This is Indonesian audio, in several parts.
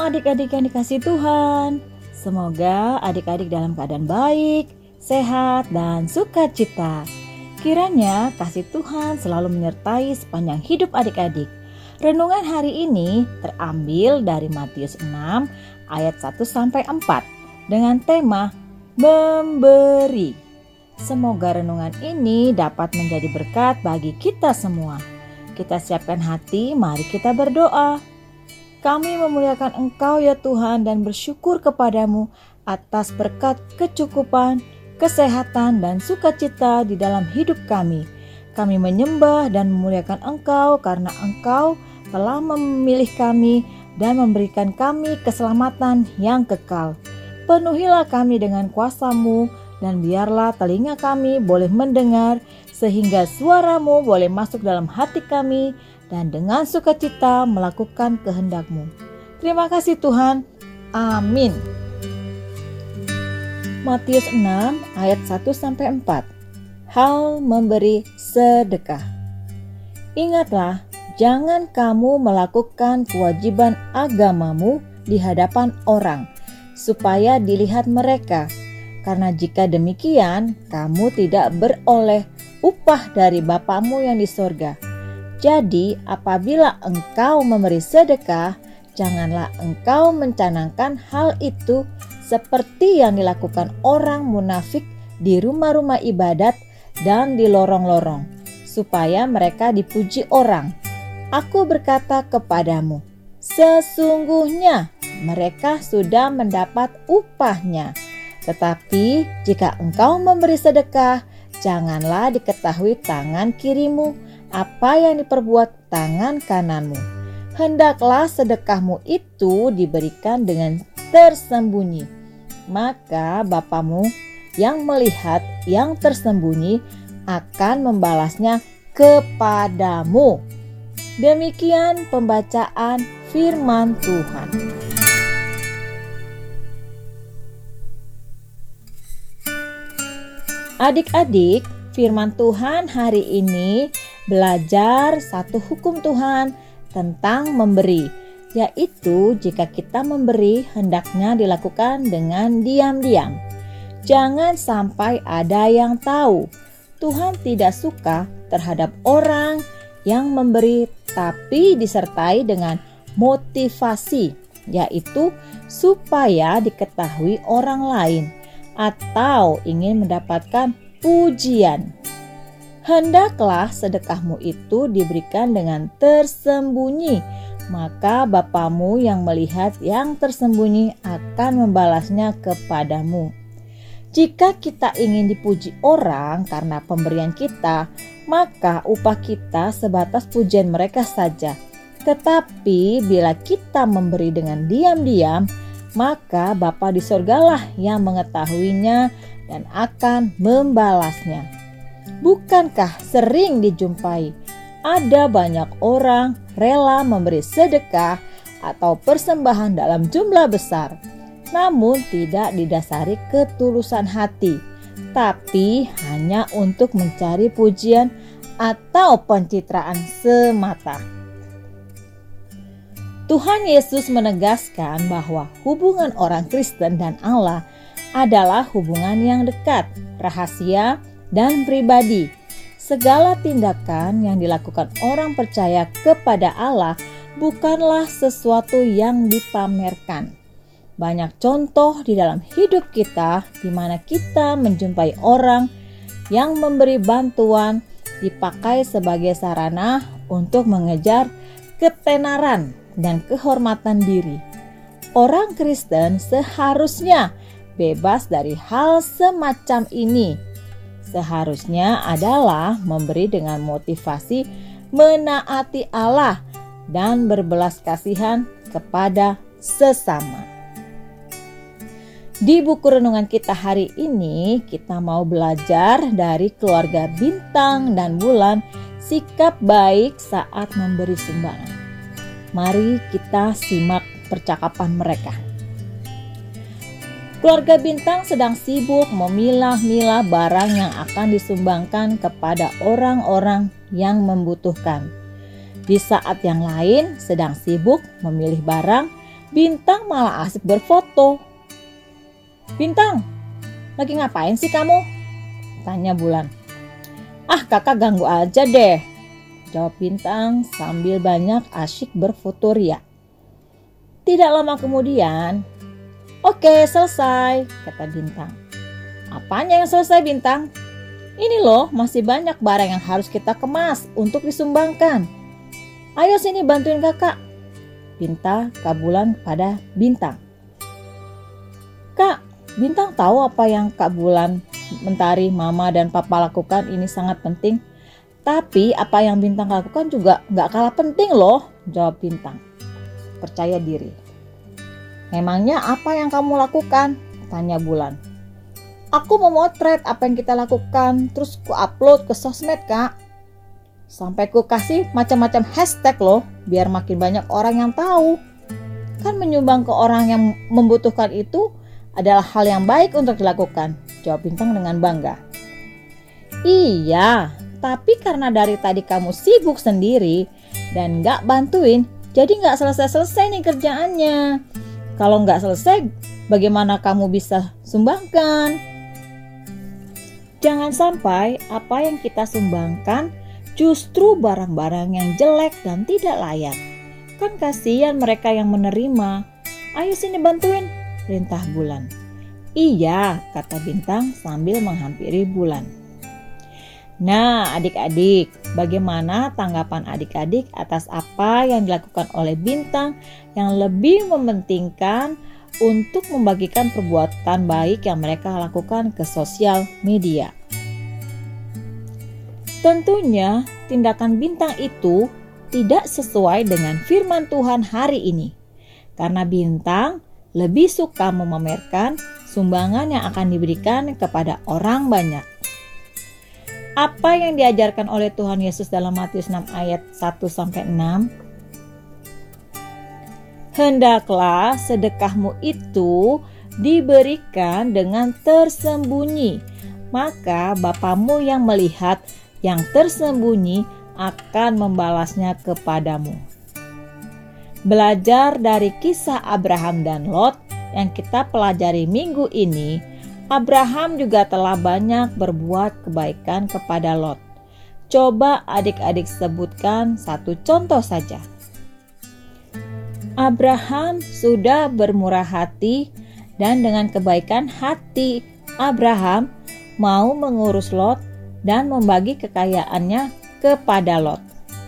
adik-adik yang dikasihi Tuhan. Semoga adik-adik dalam keadaan baik, sehat, dan sukacita. Kiranya kasih Tuhan selalu menyertai sepanjang hidup adik-adik. Renungan hari ini terambil dari Matius 6 ayat 1-4 dengan tema memberi. Semoga renungan ini dapat menjadi berkat bagi kita semua. Kita siapkan hati, mari kita berdoa. Kami memuliakan Engkau ya Tuhan dan bersyukur kepadamu atas berkat kecukupan, kesehatan dan sukacita di dalam hidup kami. Kami menyembah dan memuliakan Engkau karena Engkau telah memilih kami dan memberikan kami keselamatan yang kekal. Penuhilah kami dengan kuasa-Mu dan biarlah telinga kami boleh mendengar sehingga suara-Mu boleh masuk dalam hati kami dan dengan sukacita melakukan kehendak-Mu. Terima kasih Tuhan. Amin. Matius 6 ayat 1-4. Hal memberi sedekah. Ingatlah, jangan kamu melakukan kewajiban agamamu di hadapan orang, supaya dilihat mereka. Karena jika demikian, kamu tidak beroleh upah dari Bapamu yang di sorga. Jadi, apabila engkau memberi sedekah, janganlah engkau mencanangkan hal itu seperti yang dilakukan orang munafik di rumah-rumah ibadat dan di lorong-lorong, supaya mereka dipuji orang. Aku berkata kepadamu, sesungguhnya mereka sudah mendapat upahnya. Tetapi jika engkau memberi sedekah, janganlah diketahui tangan kirimu apa yang diperbuat tangan kananmu. Hendaklah sedekahmu itu diberikan dengan tersembunyi. Maka Bapamu yang melihat yang tersembunyi akan membalasnya kepadamu. Demikian pembacaan firman Tuhan. Adik-adik, firman Tuhan hari ini belajar satu hukum Tuhan tentang memberi, yaitu jika kita memberi hendaknya dilakukan dengan diam-diam. Jangan sampai ada yang tahu. Tuhan tidak suka terhadap orang yang memberi tapi disertai dengan motivasi, yaitu supaya diketahui orang lain atau ingin mendapatkan pujian. Hendaklah sedekahmu itu diberikan dengan tersembunyi, maka Bapamu yang melihat yang tersembunyi akan membalasnya kepadamu. Jika kita ingin dipuji orang karena pemberian kita, maka upah kita sebatas pujian mereka saja. Tetapi bila kita memberi dengan diam-diam, maka Bapa di sorgalah yang mengetahuinya dan akan membalasnya. Bukankah sering dijumpai ada banyak orang rela memberi sedekah atau persembahan dalam jumlah besar, namun tidak didasari ketulusan hati, tapi hanya untuk mencari pujian atau pencitraan semata. Tuhan Yesus menegaskan bahwa hubungan orang Kristen dan Allah adalah hubungan yang dekat, rahasia, dan pribadi. Segala tindakan yang dilakukan orang percaya kepada Allah bukanlah sesuatu yang dipamerkan. Banyak contoh di dalam hidup kita di mana kita menjumpai orang yang memberi bantuan dipakai sebagai sarana untuk mengejar ketenaran dan kehormatan diri. Orang Kristen seharusnya bebas dari hal semacam ini. Seharusnya adalah memberi dengan motivasi menaati Allah dan berbelas kasihan kepada sesama. Di buku renungan kita hari ini, kita mau belajar dari keluarga Bintang dan Bulan, sikap baik saat memberi sumbangan. Mari kita simak percakapan mereka. Keluarga Bintang sedang sibuk memilah-milah barang yang akan disumbangkan kepada orang-orang yang membutuhkan. Di saat yang lain sedang sibuk memilih barang Bintang malah asik berfoto. "Bintang, lagi ngapain sih kamu?" tanya Bulan. "Ah, kakak ganggu aja deh," jawab Bintang sambil banyak asyik berfoto ria. Tidak lama kemudian, "Oke, selesai," kata Bintang. "Apanya yang selesai, Bintang?" "Ini loh, masih banyak barang yang harus kita kemas untuk disumbangkan. Ayo sini bantuin kakak," pinta Kak Bulan pada Bintang. "Kak, Bintang tahu apa yang Kak Bulan, Mentari, Mama, dan Papa lakukan ini sangat penting. Tapi apa yang Bintang lakukan juga gak kalah penting loh," jawab Bintang. Percaya diri. "Memangnya apa yang kamu lakukan?" tanya Bulan. "Aku memotret apa yang kita lakukan, terus ku upload ke sosmed, Kak. Sampai ku kasih macam-macam hashtag loh, biar makin banyak orang yang tahu. Kan menyumbang ke orang yang membutuhkan itu adalah hal yang baik untuk dilakukan," jawab Bintang dengan bangga. "Iya, tapi karena dari tadi kamu sibuk sendiri dan gak bantuin, jadi gak selesai-selesai nih kerjaannya. Kalau gak selesai, bagaimana kamu bisa sumbangkan?" Jangan sampai apa yang kita sumbangkan justru barang-barang yang jelek dan tidak layak. Kan kasihan mereka yang menerima. "Ayo sini bantuin," perintah Bulan. "Iya," kata Bintang sambil menghampiri Bulan. Nah, adik-adik, bagaimana tanggapan adik-adik atas apa yang dilakukan oleh Bintang yang lebih mementingkan untuk membagikan perbuatan baik yang mereka lakukan ke sosial media? Tentunya tindakan Bintang itu tidak sesuai dengan firman Tuhan hari ini, karena Bintang lebih suka memamerkan sumbangan yang akan diberikan kepada orang banyak. Apa yang diajarkan oleh Tuhan Yesus dalam Matius 6 ayat 1-6? "Hendaklah sedekahmu itu diberikan dengan tersembunyi, maka Bapamu yang melihat yang tersembunyi akan membalasnya kepadamu." Belajar dari kisah Abraham dan Lot yang kita pelajari minggu ini, Abraham juga telah banyak berbuat kebaikan kepada Lot. Coba adik-adik sebutkan satu contoh saja. Abraham sudah bermurah hati, dan dengan kebaikan hati Abraham mau mengurus Lot dan membagi kekayaannya kepada Lot.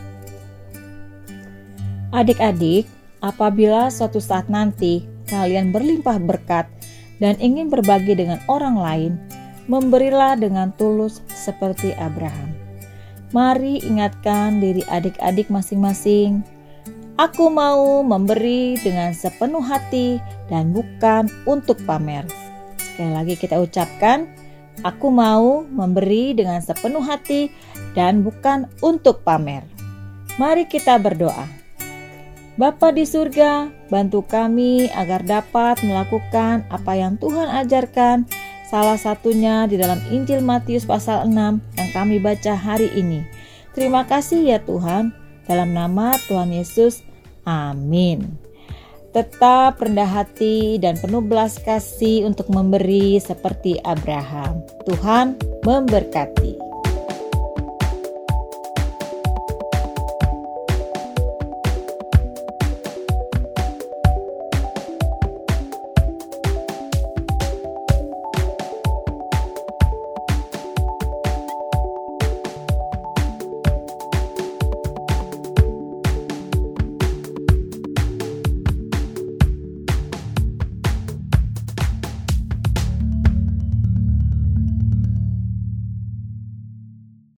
Adik-adik, apabila suatu saat nanti kalian berlimpah berkat dan ingin berbagi dengan orang lain, memberilah dengan tulus seperti Abraham. Mari ingatkan diri adik-adik masing-masing. Aku mau memberi dengan sepenuh hati dan bukan untuk pamer. Sekali lagi kita ucapkan, aku mau memberi dengan sepenuh hati dan bukan untuk pamer. Mari kita berdoa. Bapa di surga, bantu kami agar dapat melakukan apa yang Tuhan ajarkan, salah satunya di dalam Injil Matius pasal 6 yang kami baca hari ini. Terima kasih ya Tuhan, dalam nama Tuhan Yesus, amin. Tetap rendah hati dan penuh belas kasih untuk memberi seperti Abraham. Tuhan memberkati.